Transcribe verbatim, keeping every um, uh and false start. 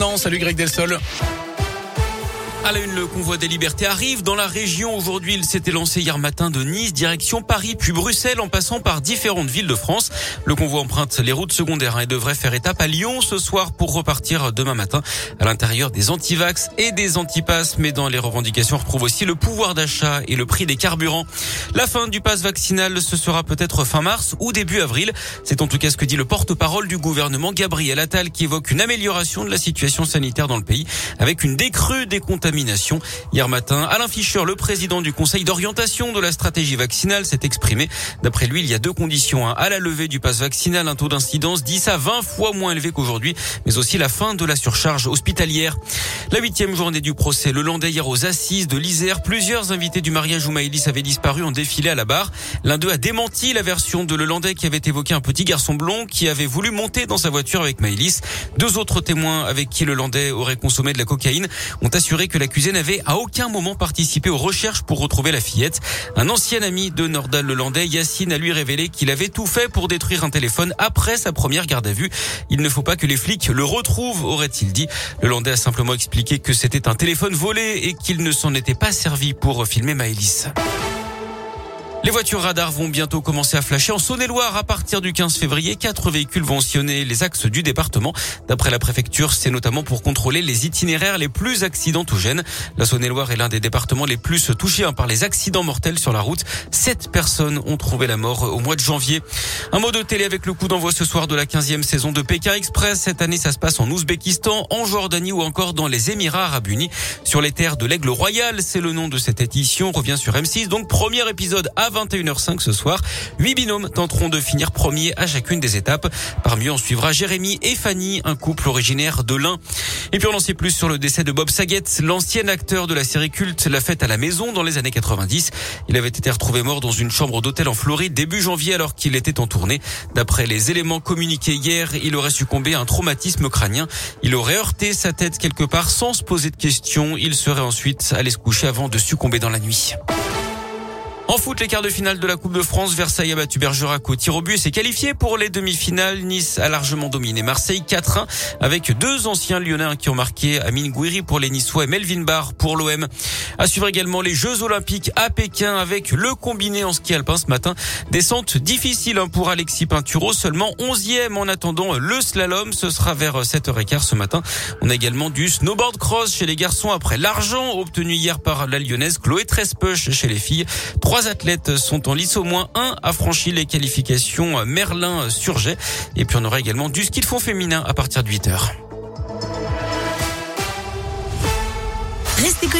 maintenant. Salut Greg Delsol. À la une, le convoi des libertés arrive dans la région. Aujourd'hui, il s'était lancé hier matin de Nice, direction Paris, puis Bruxelles, en passant par différentes villes de France. Le convoi emprunte les routes secondaires et devrait faire étape à Lyon ce soir pour repartir demain matin à l'intérieur des antivax et des antipasses. Mais dans les revendications, on retrouve aussi le pouvoir d'achat et le prix des carburants. La fin du pass vaccinal, ce sera peut-être fin mars ou début avril. C'est en tout cas ce que dit le porte-parole du gouvernement, Gabriel Attal, qui évoque une amélioration de la situation sanitaire dans le pays avec une décrue des contaminations. Hier matin, Alain Fischer, le président du conseil d'orientation de la stratégie vaccinale, s'est exprimé. D'après lui, il y a deux conditions. À la levée du pass vaccinal, un taux d'incidence dix à vingt fois moins élevé qu'aujourd'hui, mais aussi la fin de la surcharge hospitalière. La huitième journée du procès, le Landais hier aux assises de l'Isère. Plusieurs invités du mariage où Maëlys avait disparu ont défilé à la barre. L'un d'eux a démenti la version de Le Landais qui avait évoqué un petit garçon blond qui avait voulu monter dans sa voiture avec Maëlys. Deux autres témoins avec qui le Landais aurait consommé de la cocaïne ont assuré que l'accusé n'avait à aucun moment participé aux recherches pour retrouver la fillette. Un ancien ami de Nordal Le Landais, Yacine, a lui révélé qu'il avait tout fait pour détruire un téléphone après sa première garde à vue. Il ne faut pas que les flics le retrouvent, aurait-il dit. Le Landais a simplement expliqué que c'était un téléphone volé et qu'il ne s'en était pas servi pour filmer Maëlys. Les voitures radars vont bientôt commencer à flasher en Saône-et-Loire. À partir du quinze février, quatre véhicules vont sillonner les axes du département. D'après la préfecture, c'est notamment pour contrôler les itinéraires les plus accidentogènes. La Saône-et-Loire est l'un des départements les plus touchés par les accidents mortels sur la route. Sept personnes ont trouvé la mort au mois de janvier. Un mot de télé avec le coup d'envoi ce soir de la quinzième saison de Pékin Express. Cette année, ça se passe en Ouzbékistan, en Jordanie ou encore dans les Émirats Arabes Unis. Sur les terres de l'Aigle Royal, c'est le nom de cette édition. On revient sur M six. Donc, premier épisode à vingt et une heures cinq ce soir. Huit binômes tenteront de finir premier à chacune des étapes. Parmi eux, on suivra Jérémy et Fanny, un couple originaire de l'Ain. Et puis on en sait plus sur le décès de Bob Saget, l'ancien acteur de la série culte La Fête à la Maison dans les années quatre-vingt-dix. Il avait été retrouvé mort dans une chambre d'hôtel en Floride début janvier alors qu'il était en tournée. D'après les éléments communiqués hier, il aurait succombé à un traumatisme crânien. Il aurait heurté sa tête quelque part sans se poser de questions. Il serait ensuite allé se coucher avant de succomber dans la nuit. En foot, les quarts de finale de la Coupe de France, Versailles a battu Bergerac au tir au but et s'est qualifié pour les demi-finales. Nice a largement dominé Marseille quatre un avec deux anciens Lyonnais qui ont marqué, Amine Gouiri pour les Niçois et Melvin Barr pour l'O M. À suivre également les Jeux Olympiques à Pékin avec le combiné en ski alpin ce matin. Descente difficile pour Alexis Pinturo, seulement onzième en attendant le slalom. Ce sera vers sept heures quinze ce matin. On a également du snowboard cross chez les garçons après l'argent obtenu hier par la lyonnaise Chloé Trespeuch chez les filles. Trois athlètes sont en lice, au moins un a franchi les qualifications Merlin-Surget. Et puis on aura également du ski de fond féminin à partir de huit heures.